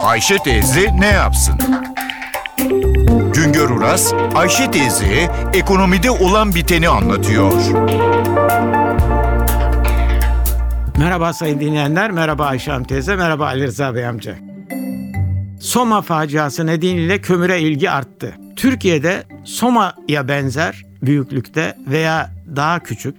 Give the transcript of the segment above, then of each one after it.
Ayşe teyze ne yapsın? Güngör Uras, Ayşe teyzeye ekonomide olan biteni anlatıyor. Merhaba sayın dinleyenler, merhaba Ayşe Hanım teyze, merhaba Ali Rıza Bey amca. Soma faciası nedeniyle kömüre ilgi arttı. Türkiye'de Soma'ya benzer büyüklükte veya daha küçük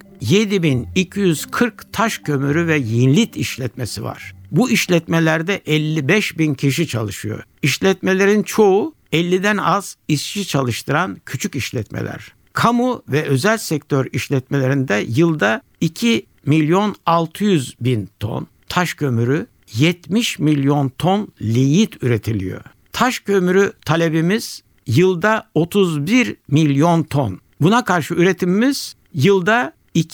7240 taş kömürü ve yinlit işletmesi var. Bu işletmelerde 55.000 kişi çalışıyor. İşletmelerin çoğu 50'den az işçi çalıştıran küçük işletmeler. Kamu ve özel sektör işletmelerinde yılda 2.600.000 ton taş kömürü, 70 milyon ton linyit üretiliyor. Taş kömürü talebimiz yılda 31 milyon ton. Buna karşı üretimimiz yılda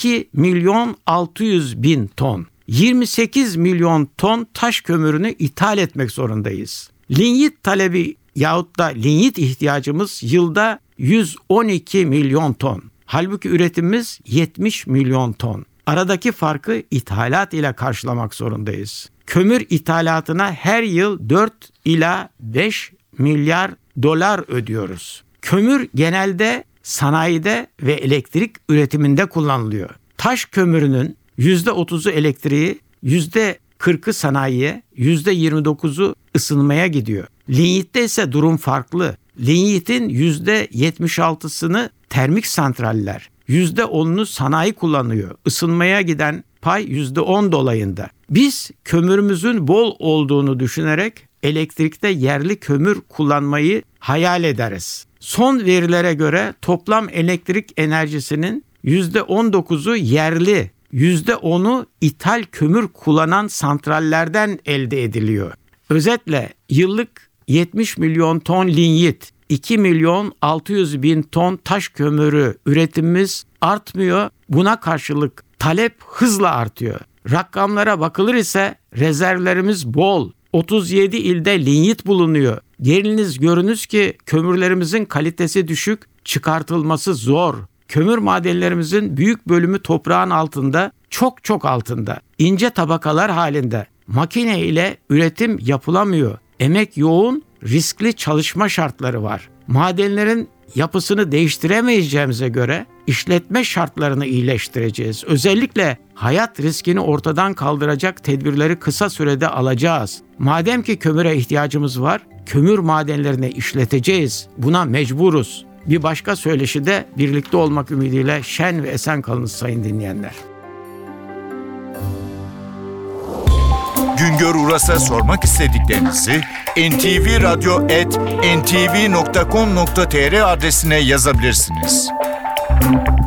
2.600.000 ton. 28 milyon ton taş kömürünü ithal etmek zorundayız. Linyit talebi yahut da linyit ihtiyacımız yılda 112 milyon ton. Halbuki üretimimiz 70 milyon ton. Aradaki farkı ithalat ile karşılamak zorundayız. Kömür ithalatına her yıl 4 ila 5 milyar dolar ödüyoruz. Kömür genelde sanayide ve elektrik üretiminde kullanılıyor. Taş kömürünün %30'u elektriği, %40'ı sanayiye, %29'u ısınmaya gidiyor. Linyitte ise durum farklı. Linyitin %76'sını termik santraller, %10'unu sanayi kullanıyor. Isınmaya giden pay %10 dolayında. Biz kömürümüzün bol olduğunu düşünerek elektrikte yerli kömür kullanmayı hayal ederiz. Son verilere göre toplam elektrik enerjisinin %19'u yerli, %10'u ithal kömür kullanan santrallerden elde ediliyor. Özetle yıllık 70 milyon ton linyit, 2.600.000 ton taş kömürü üretimimiz artmıyor. Buna karşılık talep hızla artıyor. Rakamlara bakılır ise rezervlerimiz bol. 37 ilde linyit bulunuyor. Geliniz görünüz ki kömürlerimizin kalitesi düşük, çıkartılması zor. Kömür madenlerimizin büyük bölümü toprağın altında, çok altında. İnce tabakalar halinde. Makine ile üretim yapılamıyor. Emek yoğun, riskli çalışma şartları var. Madenlerin yapısını değiştiremeyeceğimize göre işletme şartlarını iyileştireceğiz. Özellikle hayat riskini ortadan kaldıracak tedbirleri kısa sürede alacağız. Madem ki kömüre ihtiyacımız var, kömür madenlerini işleteceğiz. Buna mecburuz. Bir başka söyleşide birlikte olmak ümidiyle şen ve esen kalınız sayın dinleyenler. Güngör Uras'a sormak istediklerinizi ntvradio@ntv.com.tr adresine yazabilirsiniz.